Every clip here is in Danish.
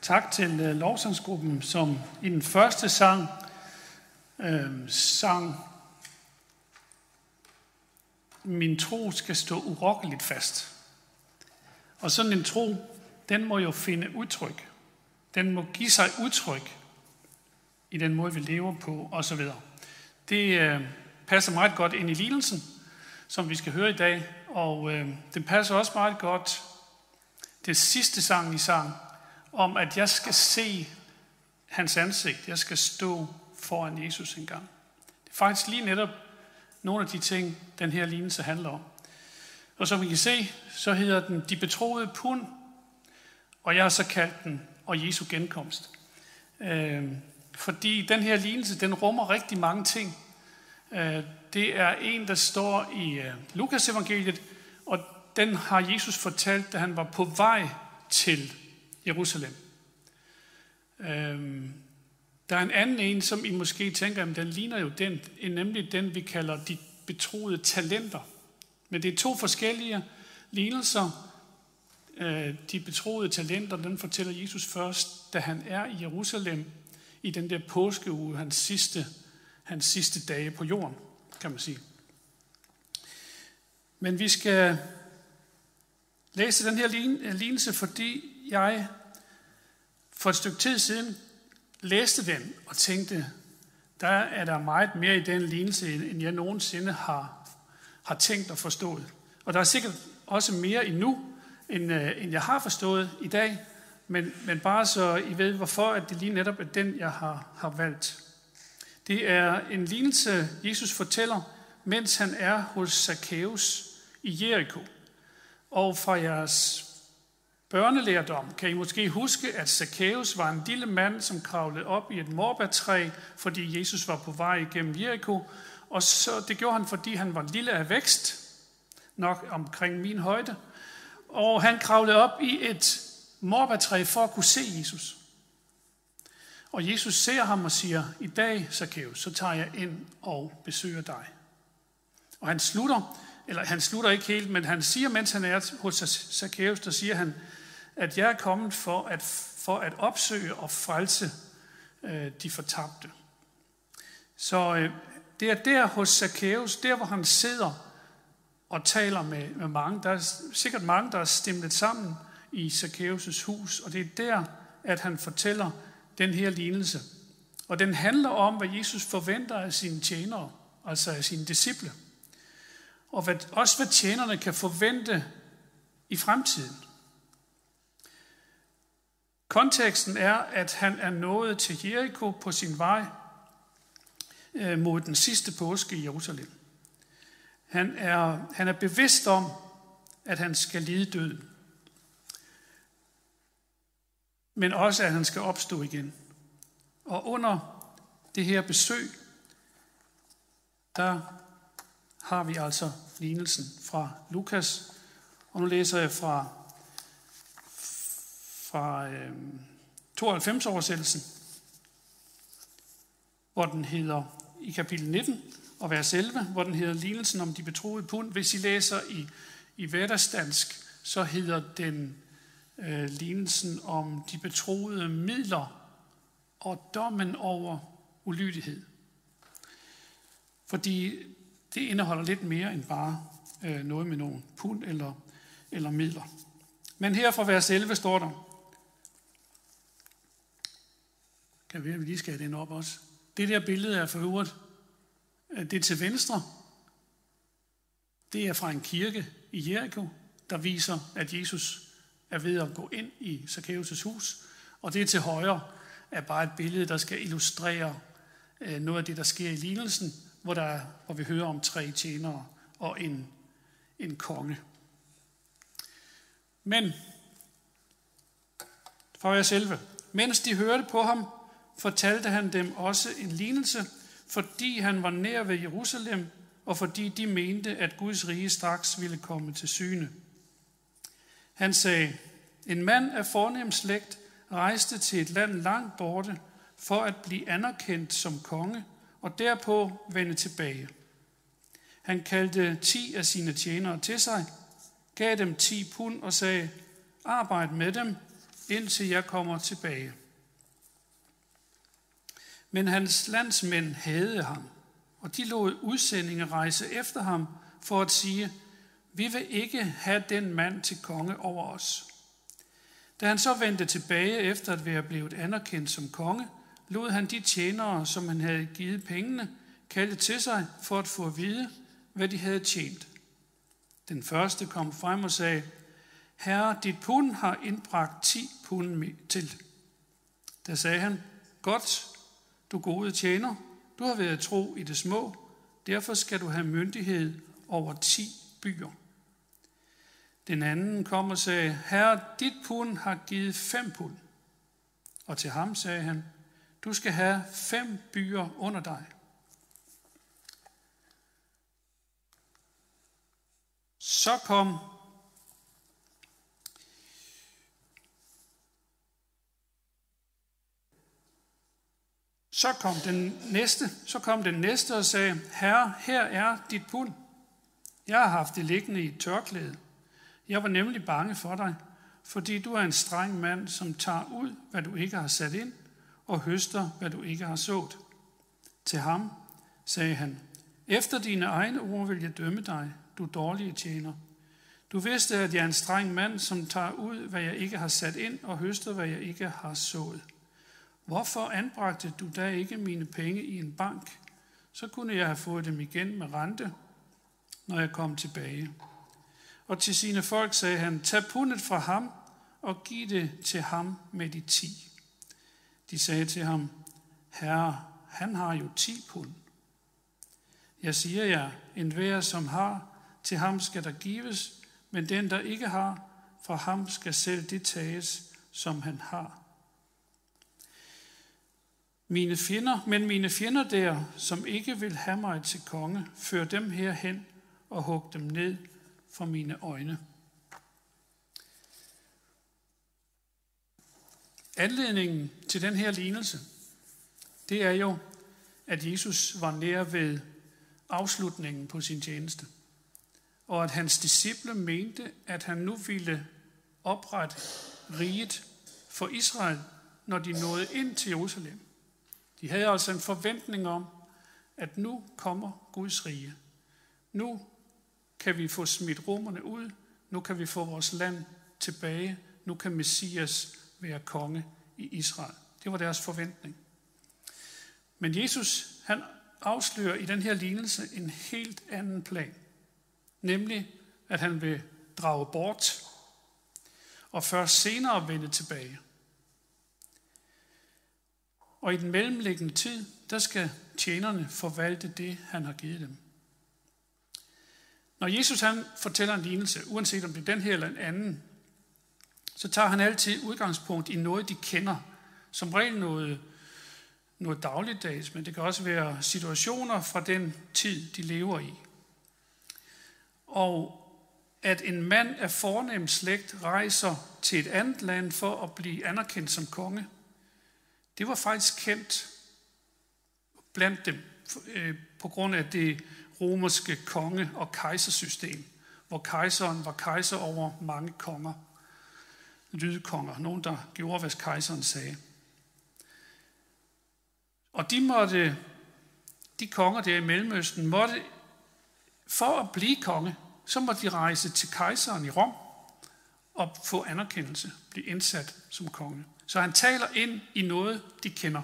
Tak til lovsangsgruppen, som i den første sang sang "Min tro skal stå urokkeligt fast". Og sådan en tro, den må jo finde udtryk. Den må give sig udtryk i den måde, vi lever på, osv. Det passer meget godt ind i lignelsen, som vi skal høre i dag. Og det passer også meget godt det sidste sang i sang, om at jeg skal se hans ansigt. Jeg skal stå foran Jesus en gang. Det er faktisk lige netop nogle af de ting, den her lignelse handler om. Og som I kan se, så hedder den "De betroede pund", og jeg har så kaldt den "Og Jesu genkomst". Fordi den her lignelse, den rummer rigtig mange ting. Det er en, der står i Lukas evangeliet, og den har Jesus fortalt, da han var på vej til Jerusalem. Der er en anden en, som I måske tænker, at den ligner jo den, nemlig den, vi kalder de betroede talenter. Men det er to forskellige lignelser. De betroede talenter, den fortæller Jesus først, da han er i Jerusalem i den der påskeuge, hans sidste dage på jorden, kan man sige. Men vi skal læse den her lignelse, fordi jeg for et stykke tid siden læste den og tænkte, der er der meget mere i den lignelse, end jeg nogensinde har tænkt og forstået. Og der er sikkert også mere endnu, end jeg har forstået i dag, men bare så I ved, hvorfor at det lige netop er den, jeg har valgt. Det er en lignelse, Jesus fortæller, mens han er hos Zakæus i Jericho. Og fra jeres børnelærdom kan I måske huske, at Zakæus var en lille mand, som kravlede op i et morbærtræ, fordi Jesus var på vej igennem Jericho. Og så, det gjorde han, fordi han var lille af vækst, nok omkring min højde. Og han kravlede op i et morbærtræ for at kunne se Jesus. Og Jesus ser ham og siger, "I dag, Zakæus, så tager jeg ind og besøger dig." Og han slutter ikke helt, men han siger, mens han er hos Zakæus, der siger han, at jeg er kommet for at opsøge og frelse de fortabte. Så det er der hos Zakæus, der hvor han sidder og taler med mange. Der er sikkert mange, der er stimlet sammen i Zakæus' hus, og det er der, at han fortæller den her lignelse. Og den handler om, hvad Jesus forventer af sine tjenere, altså af sine disciple. Og også hvad tjenerne kan forvente i fremtiden. Konteksten er, at han er nået til Jericho på sin vej mod den sidste påske i Jerusalem. Han er bevidst om, at han skal lide døden. Men også, at han skal opstå igen. Og under det her besøg, der har vi altså lignelsen fra Lukas. Og nu læser jeg fra 92-oversættelsen, hvor den hedder i kapitel 19 og vers 11, hvor den hedder lignelsen om de betroede pund. Hvis I læser i hverdagsdansk, så hedder den lignelsen om de betroede midler og dommen over ulydighed. Fordi det indeholder lidt mere end bare noget med nogle pund eller midler. Men her fra vers 11 står der, kan vi lige skal have den op også. Det der billede er for øvrigt, det er til venstre. Det er fra en kirke i Jericho, der viser, at Jesus er ved at gå ind i Zakæus' hus. Og det til højre er bare et billede, der skal illustrere noget af det, der sker i lignelsen, hvor vi hører om 3 tjenere og en konge. Men, fra vers 11, mens de hørte på ham, fortalte han dem også en lignelse, fordi han var nær ved Jerusalem, og fordi de mente, at Guds rige straks ville komme til syne. Han sagde, en mand af fornem slægt rejste til et land langt borte for at blive anerkendt som konge, og derpå vende tilbage. Han kaldte 10 af sine tjenere til sig, gav dem 10 pund og sagde, arbejd med dem, indtil jeg kommer tilbage. Men hans landsmænd hadede ham, og de lod udsendinge rejse efter ham for at sige, vi vil ikke have den mand til konge over os. Da han så vendte tilbage efter at være blevet anerkendt som konge, lod han de tjenere, som han havde givet pengene, kalde til sig for at få at vide, hvad de havde tjent. Den første kom frem og sagde, Herre, dit pund har indbragt 10 pund til. Da sagde han, godt, du gode tjener, du har været tro i det små, derfor skal du have myndighed over 10 byer. Den anden kom og sagde, Herre, dit pund har givet 5 pund. Og til ham sagde han, du skal have 5 byer under dig. Så kom den næste og sagde, Herre, her er dit pund. Jeg har haft det liggende i et tørklæde. Jeg var nemlig bange for dig, fordi du er en streng mand, som tager ud, hvad du ikke har sat ind, og høster, hvad du ikke har sået. Til ham sagde han, efter dine egne ord vil jeg dømme dig, du dårlige tjener. Du vidste, at jeg er en streng mand, som tager ud, hvad jeg ikke har sat ind, og høster, hvad jeg ikke har sået. Hvorfor anbragte du da ikke mine penge i en bank? Så kunne jeg have fået dem igen med rente, når jeg kom tilbage. Og til sine folk sagde han, tag pundet fra ham og giv det til ham med de 10. De sagde til ham, Herre, han har jo 10 pund. Jeg siger jer, enhver som har, til ham skal der gives, men den der ikke har, fra ham skal selv det tages, som han har. Mine fjender der, som ikke vil have mig til konge, før dem herhen og hug dem ned for mine øjne. Anledningen til den her lignelse, det er jo, at Jesus var nær ved afslutningen på sin tjeneste, og at hans disciple mente, at han nu ville oprette riget for Israel, når de nåede ind til Jerusalem. De havde altså en forventning om, at nu kommer Guds rige. Nu kan vi få smidt romerne ud. Nu kan vi få vores land tilbage. Nu kan Messias være konge i Israel. Det var deres forventning. Men Jesus, han afslører i den her lignelse en helt anden plan. Nemlig, at han vil drage bort og først senere vende tilbage. Og i den mellemliggende tid, der skal tjenerne forvalte det, han har givet dem. Når Jesus han fortæller en lignelse, uanset om det er den her eller en anden, så tager han altid udgangspunkt i noget, de kender. Som regel noget dagligdags, men det kan også være situationer fra den tid, de lever i. Og at en mand af fornem slægt rejser til et andet land for at blive anerkendt som konge, det var faktisk kendt blandt dem på grund af det romerske konge- og kejsersystem, hvor kejseren var kejser over mange konger, lydkonger, nogen der gjorde, hvad kejseren sagde. Og de konger der i Mellemøsten måtte, for at blive konge, så måtte de rejse til kejseren i Rom og få anerkendelse, blive indsat som konge. Så han taler ind i noget, de kender.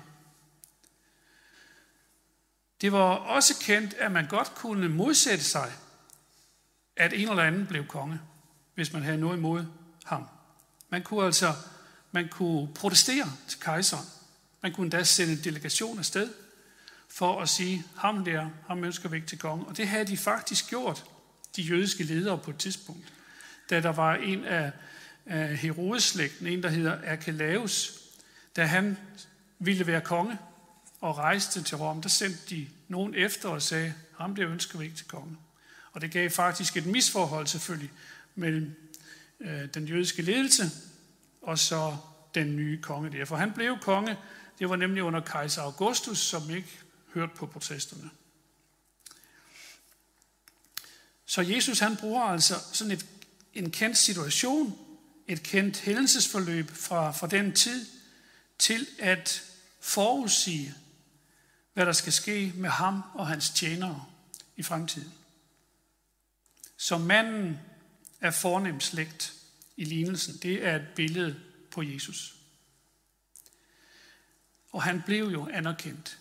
Det var også kendt, at man godt kunne modsætte sig, at en eller anden blev konge, hvis man havde noget imod ham. Man kunne protestere til kejseren. Man kunne da sende en delegation afsted for at sige, ham ønsker vi ikke til konge. Og det havde de faktisk gjort, de jødiske ledere på et tidspunkt. Da der var en af Herodes-slægten, en der hedder Archelaus, da han ville være konge og rejste til Rom, der sendte de nogen efter og sagde, ham der ønsker vi ikke til konge. Og det gav faktisk et misforhold selvfølgelig mellem den jødiske ledelse og så den nye konge der. For han blev konge, det var nemlig under kejser Augustus, som ikke hørte på protesterne. Så Jesus han bruger altså sådan en kendt situation et kendt hændelsesforløb fra den tid til at forudsige, hvad der skal ske med ham og hans tjenere i fremtiden. Så manden af fornem slægt i lignelsen, det er et billede på Jesus. Og han blev jo anerkendt.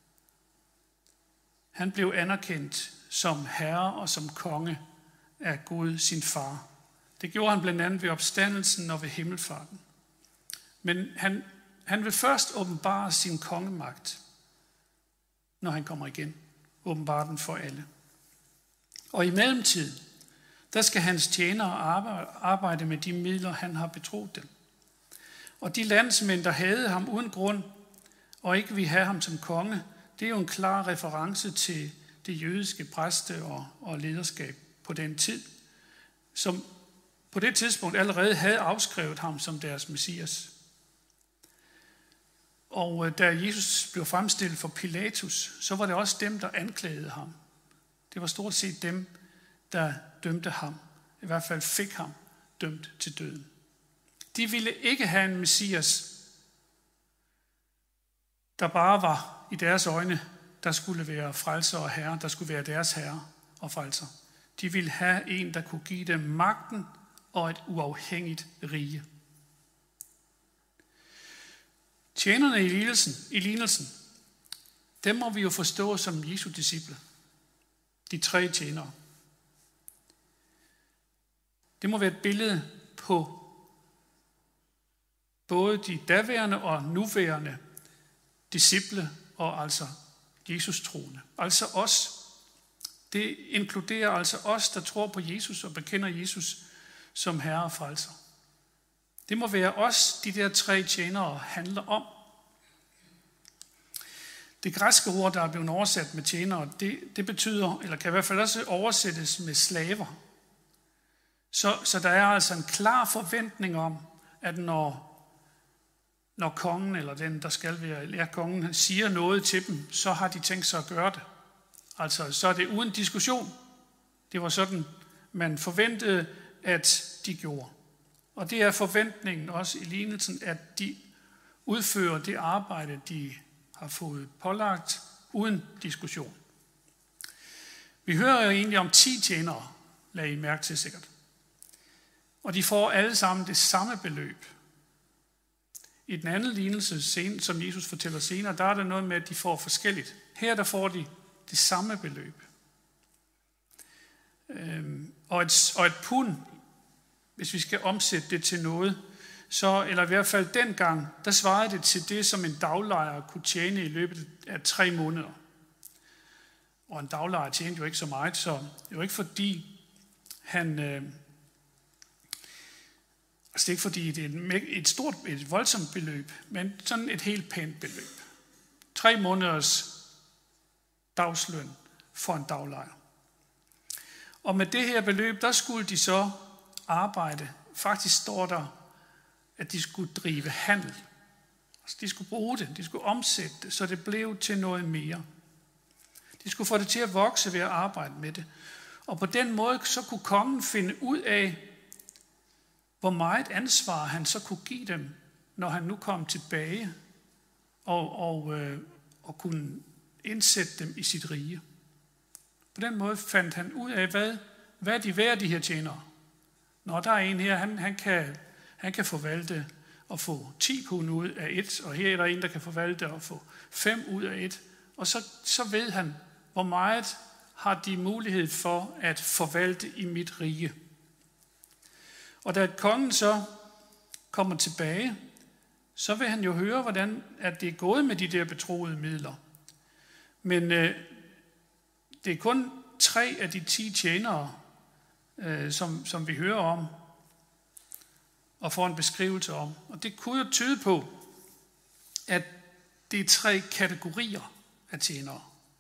Han blev anerkendt som herre og som konge af Gud, sin far. Det gjorde han blandt andet ved opstandelsen og ved himmelfarten. Men han vil først åbenbare sin kongemagt, når han kommer igen. Åbenbare den for alle. Og i mellemtiden, der skal hans tjenere arbejde med de midler, han har betroet dem. Og de landsmænd, der havde ham uden grund, og ikke vil have ham som konge, det er jo en klar reference til det jødiske præste og lederskab på den tid, som på det tidspunkt allerede havde afskrevet ham som deres messias. Og da Jesus blev fremstillet for Pilatus, så var det også dem, der anklagede ham. Det var stort set dem, der dømte ham. I hvert fald fik ham dømt til døden. De ville ikke have en messias, der bare var i deres øjne, der skulle være frelser og herre, der skulle være deres herre og frelser. De ville have en, der kunne give dem magten og et uafhængigt rige. Tjenerne i lignelsen, dem må vi jo forstå som Jesu disciple. De 3 tjenere. Det må være et billede på både de daværende og nuværende disciple og altså Jesus troende. Altså os. Det inkluderer altså os, der tror på Jesus og bekender Jesus som herre og frelser. Det må være os, de der 3 tjenere handler om. Det græske ord, der er blevet oversat med tjenere, det betyder, eller kan i hvert fald også oversættes med slaver. Så der er altså en klar forventning om, at når kongen eller den, der skal være kongen, siger noget til dem, så har de tænkt sig at gøre det. Altså, så er det uden diskussion. Det var sådan, man forventede, at de gjorde. Og det er forventningen også i lignelsen, at de udfører det arbejde, de har fået pålagt, uden diskussion. Vi hører jo egentlig om 10 tjenere, lad I mærke til sikkert. Og de får alle sammen det samme beløb. I den anden lignelse, som Jesus fortæller senere, der er der noget med, at de får forskelligt. Her der får de det samme beløb. Og et pund, hvis vi skal omsætte det til noget, så, eller i hvert fald dengang, der svarede det til det, som en daglejer kunne tjene i løbet af 3 måneder. Og en daglejer tjente jo ikke så meget, så det er jo ikke fordi han... Altså det er ikke fordi, det er et voldsomt beløb, men sådan et helt pænt beløb. 3 måneders dagsløn for en daglejer. Og med det her beløb, der skulle de så arbejde. Faktisk står der, at de skulle drive handel. Altså de skulle bruge det, de skulle omsætte det, så det blev til noget mere. De skulle få det til at vokse ved at arbejde med det. Og på den måde, så kunne kongen finde ud af, hvor meget ansvar han så kunne give dem, når han nu kom tilbage og kunne indsætte dem i sit rige. På den måde fandt han ud af, hvad er de værd, de her tjenere. Når der er en her, han kan forvalte at få 10 pund ud af et, og her er der en, der kan forvalte at få 5 ud af et. Og så ved han, hvor meget har de mulighed for at forvalte i mit rige. Og da kongen så kommer tilbage, så vil han jo høre, hvordan at det er gået med de der betroede midler. Men det er kun 3 af de 10 tjenere, som vi hører om og får en beskrivelse om. Og det kunne jo tyde på, at det er 3 kategorier af tjenere,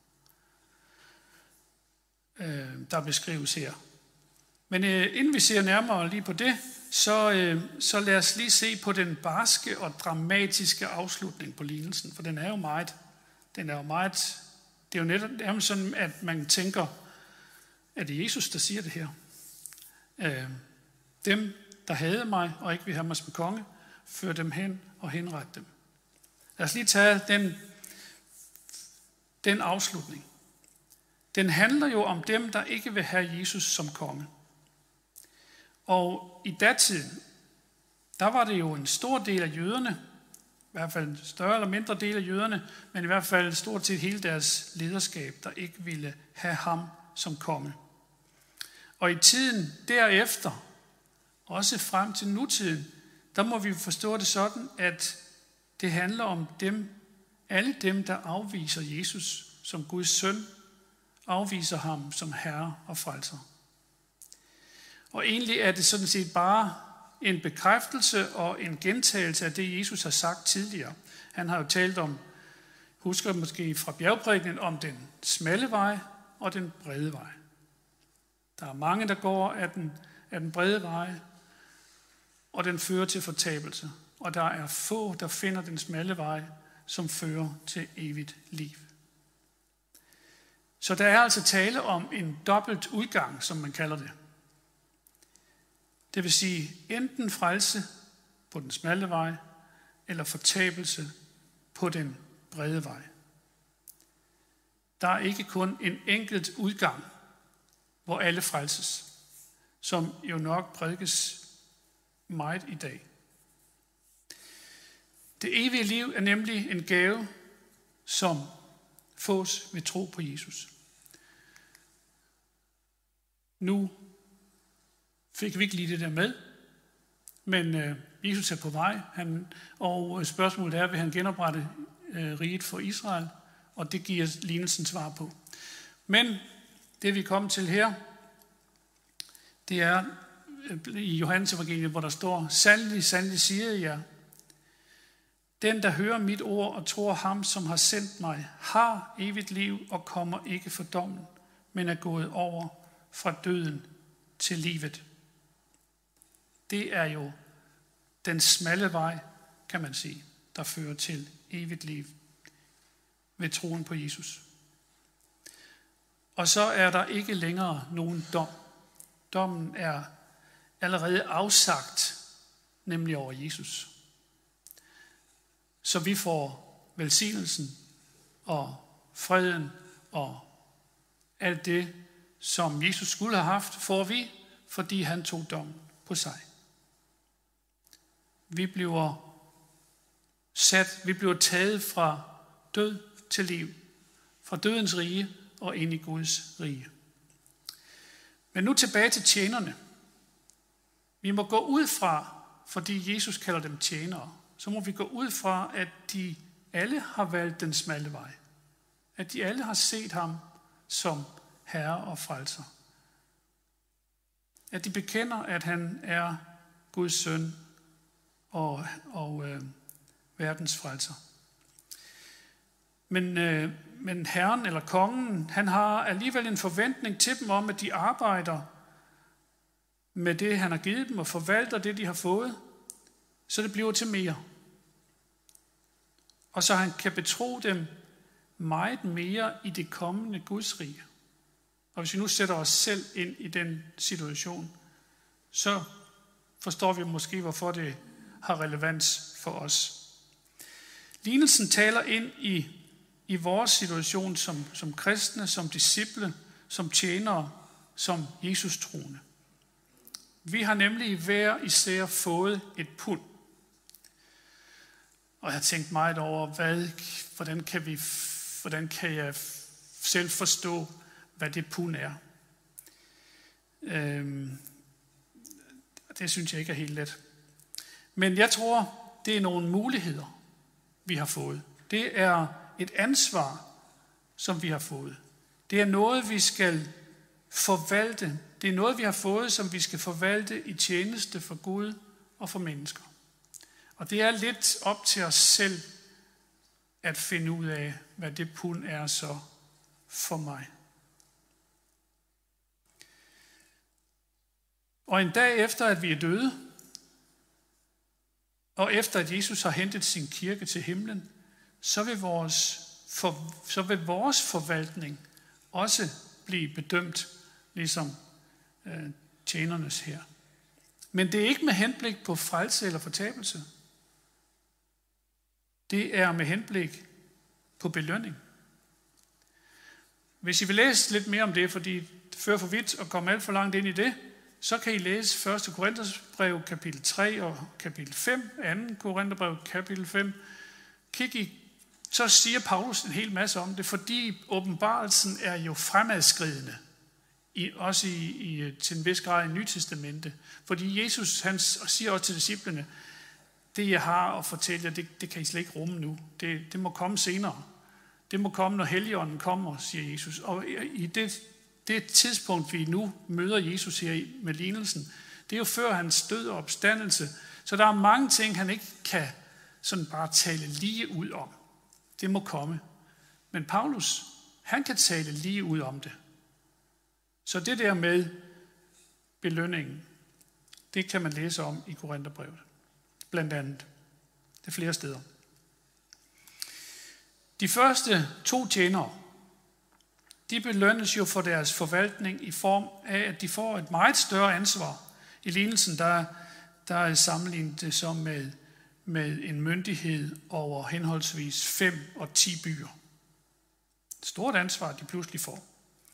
der beskrives her. Men inden vi ser nærmere lige på det, så lad os lige se på den barske og dramatiske afslutning på lignelsen, for den er jo meget, det er jo netop nærmest sådan, at man tænker, at det er Jesus, der siger det her. Dem, der havde mig og ikke vil have mig som konge, før dem hen og henret dem. Lad os lige tage den afslutning. Den handler jo om dem, der ikke vil have Jesus som konge. Og i datiden, der var det jo en stor del af jøderne, i hvert fald en større eller mindre del af jøderne, men i hvert fald stort set hele deres lederskab, der ikke ville have ham som konge. Og i tiden derefter, også frem til nutiden, der må vi forstå det sådan, at det handler om dem, alle dem, der afviser Jesus som Guds søn, afviser ham som herre og frelser. Og egentlig er det sådan set bare en bekræftelse og en gentagelse af det, Jesus har sagt tidligere. Han har jo talt om, husker måske fra bjergprædikenen, om den smalle vej og den brede vej. Der er mange, der går af den brede vej, og den fører til fortabelse. Og der er få, der finder den smalle vej, som fører til evigt liv. Så der er altså tale om en dobbelt udgang, som man kalder det. Det vil sige enten frelse på den smalle vej, eller fortabelse på den brede vej. Der er ikke kun en enkelt udgang, hvor alle frelses, som jo nok prædikes meget i dag. Det evige liv er nemlig en gave, som fås ved tro på Jesus. Nu fik vi ikke lige det der med, men Jesus er på vej, og spørgsmålet er, vil han genoprette riget for Israel, og det giver lignelsen svar på. Men det vi er kommet til her, det er i Johannes evangeliet, hvor der står, sandelig, sandelig siger jeg, den der hører mit ord og tror ham, som har sendt mig, har evigt liv og kommer ikke for dommen, men er gået over fra døden til livet. Det er jo den smalle vej, kan man sige, der fører til evigt liv ved troen på Jesus. Og så er der ikke længere nogen dom. Dommen er allerede afsagt, nemlig over Jesus. Så vi får velsignelsen og freden og alt det, som Jesus skulle have haft, får vi, fordi han tog dommen på sig. Vi bliver taget fra død til liv, fra dødens rige og ind i Guds rige. Men nu tilbage til tjenerne. Vi må gå ud fra, fordi Jesus kalder dem tjenere, så må vi gå ud fra, at de alle har valgt den smalle vej. At de alle har set ham som herre og frelser. At de bekender, at han er Guds søn og verdens frelser. Men herren eller kongen, han har alligevel en forventning til dem om, at de arbejder med det, han har givet dem, og forvalter det, de har fået, så det bliver til mere. Og så han kan betro dem meget mere i det kommende Guds rige. Og hvis vi nu sætter os selv ind i den situation, så forstår vi måske, hvorfor det har relevans for os. Lignelsen taler ind i vores situation som kristne, som disciple, som tjenere, som Jesus troende. Vi har nemlig hver især fået et pund. Og jeg har tænkt meget over, hvordan kan jeg selv forstå, hvad det pund er. Det synes jeg ikke er helt let. Men jeg tror, det er nogle muligheder, vi har fået. Det er et ansvar, som vi har fået. Det er noget, vi skal forvalte. Det er noget, vi har fået, som vi skal forvalte i tjeneste for Gud og for mennesker. Og det er lidt op til os selv at finde ud af, hvad det pund er så for mig. Og en dag efter, at vi er døde, og efter at Jesus har hentet sin kirke til himlen, så vil vores forvaltning også blive bedømt, ligesom tjenernes her. Men det er ikke med henblik på frelse eller fortabelse. Det er med henblik på belønning. Hvis I vil læse lidt mere om det, fordi det fører for vidt at komme alt for langt ind i det, så kan I læse 1. Korintherbrev kapitel 3 og kapitel 5, 2. Korintherbrev kapitel 5. Så siger Paulus en hel masse om det, fordi åbenbarelsen er jo fremadskridende, også til en vis grad i Nye Testamente. Fordi Jesus han siger også til disciplene, det jeg har at fortælle jer, det kan I slet ikke rumme nu. Det må komme senere. Det må komme, når Helligånden kommer, siger Jesus. Og i det tidspunkt, vi nu møder Jesus her med lignelsen, det er jo før hans død og opstandelse. Så der er mange ting, han ikke kan sådan bare tale lige ud om. Det må komme. Men Paulus, han kan tale lige ud om det. Så det der med belønningen, det kan man læse om i Korintherbrevet. Blandt andet. Det er flere steder. De første 2 tjenere, de belønnes jo for deres forvaltning i form af, at de får et meget større ansvar. I lignelsen, der er sammenlignet det så med en myndighed over henholdsvis 5 og 10 byer. Et stort ansvar, de pludselig får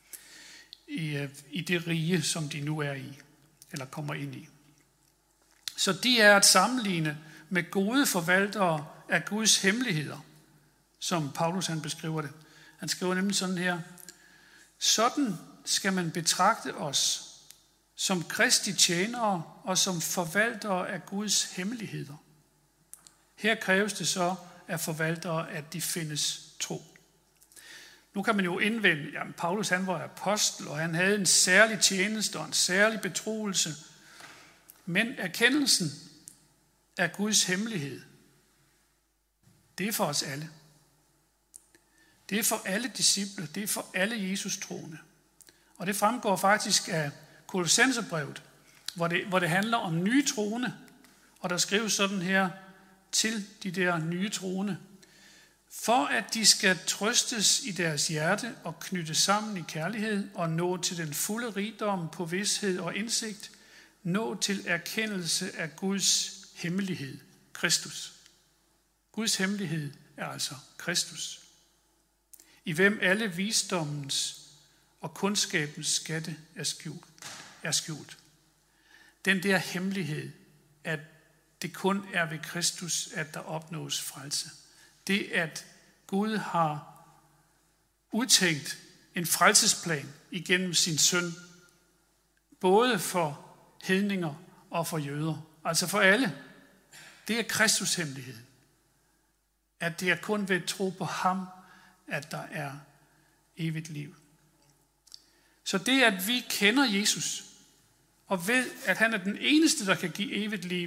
i det rige, som de nu er i, eller kommer ind i. Så de er at sammenligne med gode forvaltere af Guds hemmeligheder, som Paulus han beskriver det. Han skriver nemlig sådan her: sådan skal man betragte os som Kristi tjenere og som forvaltere af Guds hemmeligheder. Her kræves det så af forvaltere, at de findes tro. Nu kan man jo indvende, at Paulus han var apostel, og han havde en særlig tjeneste og en særlig betroelse. Men erkendelsen af Guds hemmelighed, det er for os alle. Det er for alle disciple, det er for alle Jesus troende. Og det fremgår faktisk af Kolossenserbrevet, hvor det handler om nye troende. Og der skrives sådan her til de der nye troende: for at de skal trøstes i deres hjerte og knyttes sammen i kærlighed og nå til den fulde rigdom på vished og indsigt, nå til erkendelse af Guds hemmelighed, Kristus. Guds hemmelighed er altså Kristus, i hvem alle visdommens og kundskabens skatte er skjult. Den der hemmelighed, at det kun er ved Kristus, at der opnås frelse. Det, at Gud har udtænkt en frelsesplan igennem sin søn, både for hedninger og for jøder, altså for alle. Det er Kristus hemmelighed. At det er kun ved at tro på ham, at der er evigt liv. Så det, at vi kender Jesus, og ved, at han er den eneste, der kan give evigt liv,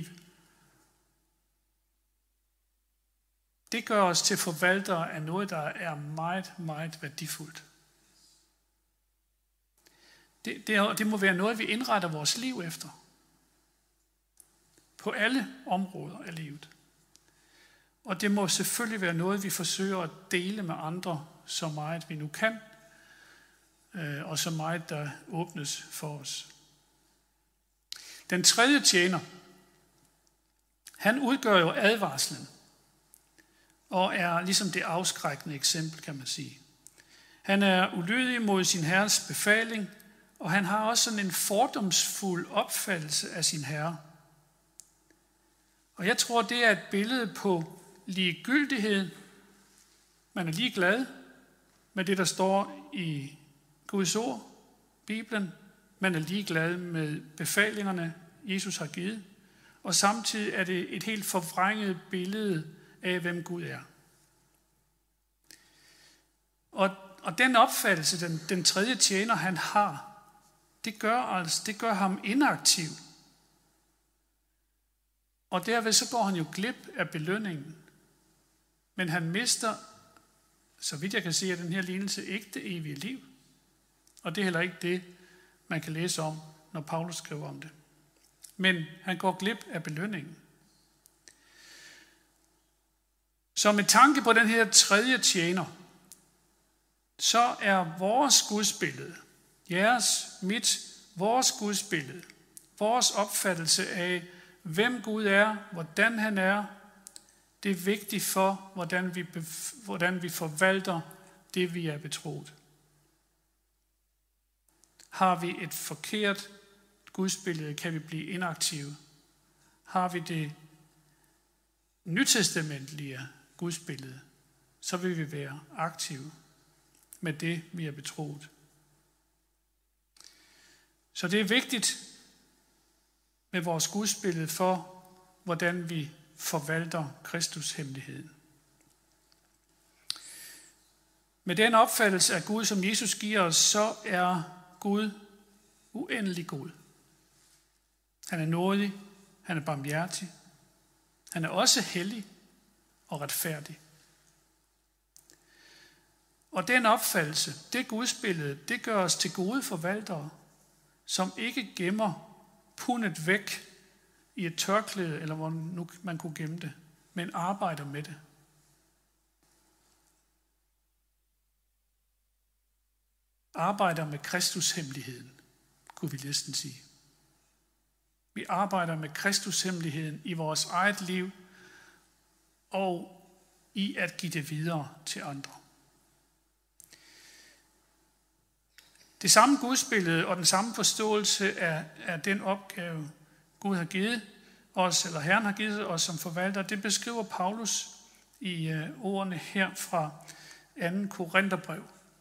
det gør os til forvaltere af noget, der er meget, meget værdifuldt. Det må være noget, vi indretter vores liv efter. På alle områder af livet. Og det må selvfølgelig være noget, vi forsøger at dele med andre, så meget vi nu kan, og så meget der åbnes for os. Den tredje tjener, han udgør jo advarslen, og er ligesom det afskrækkende eksempel, kan man sige. Han er ulydig mod sin herres befaling, og han har også sådan en fordomsfuld opfattelse af sin herre. Og jeg tror, det er et billede på ligegyldighed. Man er ligeglad med det, der står i Guds ord, Bibelen. Man er ligeglad med befalingerne, Jesus har givet. Og samtidig er det et helt forvrænget billede af, hvem Gud er. Og den opfattelse, den tredje tjener, han har, det gør ham inaktiv. Og derved så går han jo glip af belønningen. Men han mister, så vidt jeg kan se af den her lignelse, ikke det evige liv. Og det er heller ikke det, man kan læse om, når Paulus skriver om det. Men han går glip af belønningen. Så med tanke på den her tredje tjener, så er vores gudsbillede, vores gudsbillede, Vores opfattelse af, hvem Gud er, hvordan han er, det er vigtigt for, hvordan vi forvalter det, vi er betroet. Har vi et forkert gudsbillede, kan vi blive inaktive. Har vi det nytestamentlige gudsbillede, så vil vi være aktive med det, vi er betroet. Så det er vigtigt med vores gudsbillede for, hvordan vi forvalter Kristushemmeligheden. Med den opfattelse af Gud, som Jesus giver os, så er Gud uendelig god. Han er nådig, han er barmhjertig, han er også hellig og retfærdig. Og den opfattelse, det gudsbillede, det gør os til gode forvaltere, som ikke gemmer pundet væk i et tørklæde, eller hvor nu man kunne gemme det, men arbejder med det. Arbejder med Kristushemmeligheden, kunne vi næsten sige. Vi arbejder med Kristushemmeligheden i vores eget liv og i at give det videre til andre. Det samme gudsbillede og den samme forståelse af den opgave, Gud har givet os, eller Herren har givet os som forvalter, det beskriver Paulus i ordene her fra 2. Korintherbrev,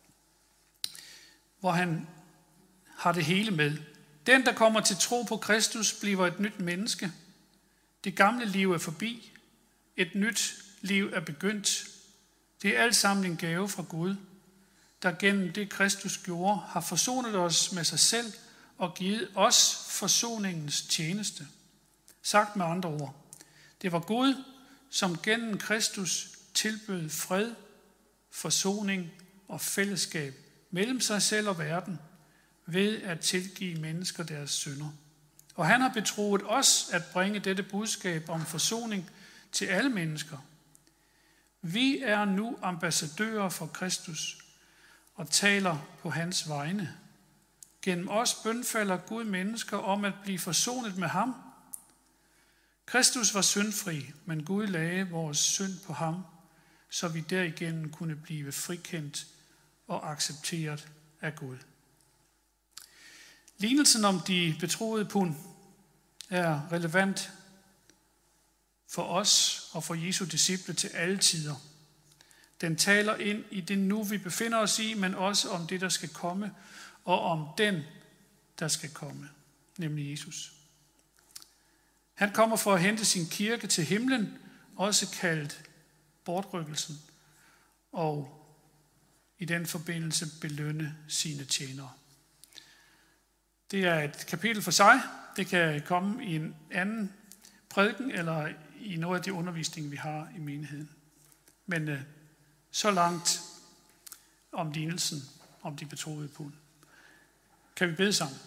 hvor han har det hele med. Den, der kommer til tro på Kristus, bliver et nyt menneske. Det gamle liv er forbi. Et nyt liv er begyndt. Det er alt sammen en gave fra Gud, der gennem det Kristus gjorde, har forsonet os med sig selv og givet os forsoningens tjeneste. Sagt med andre ord, det var Gud, som gennem Kristus tilbød fred, forsoning og fællesskab mellem sig selv og verden, ved at tilgive mennesker deres synder. Og han har betroet os at bringe dette budskab om forsoning til alle mennesker. Vi er nu ambassadører for Kristus og taler på hans vegne. Gennem os bønfalder Gud mennesker om at blive forsonet med ham. Kristus var syndfri, men Gud lagde vores synd på ham, så vi derigennem kunne blive frikendt og accepteret af Gud. Lignelsen om de betroede pund er relevant for os og for Jesu disciple til alle tider. Den taler ind i det nu, vi befinder os i, men også om det, der skal komme, og om den, der skal komme, nemlig Jesus. Han kommer for at hente sin kirke til himlen, også kaldt bortrykkelsen, og i den forbindelse belønne sine tjenere. Det er et kapitel for sig. Det kan komme i en anden prædiken eller i noget af de undervisninger, vi har i menigheden. Men så langt om lignelsen om de betroede pund. Kan vi bede sammen?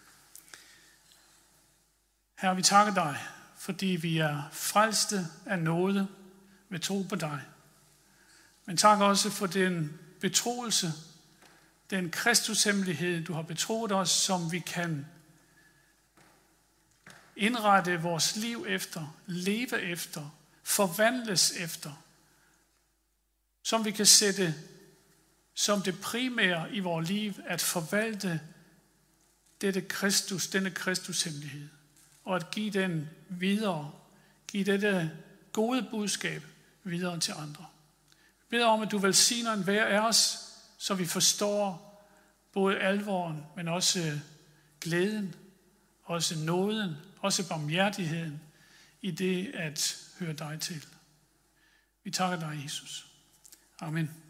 Herre, vi takker dig, fordi vi er frelste af nåde ved tro på dig. Men tak også for den betroelse, den Kristushemmelighed, du har betroet os, som vi kan indrette vores liv efter, leve efter, forvandles efter, som vi kan sætte som det primære i vores liv, at forvalte denne Kristushemmelighed, og at give den videre, give dette gode budskab videre til andre. Vi beder om, at du velsigner enhver af os, så vi forstår både alvoren, men også glæden, også nåden, også barmhjertigheden i det at høre dig til. Vi takker dig, Jesus. Amen.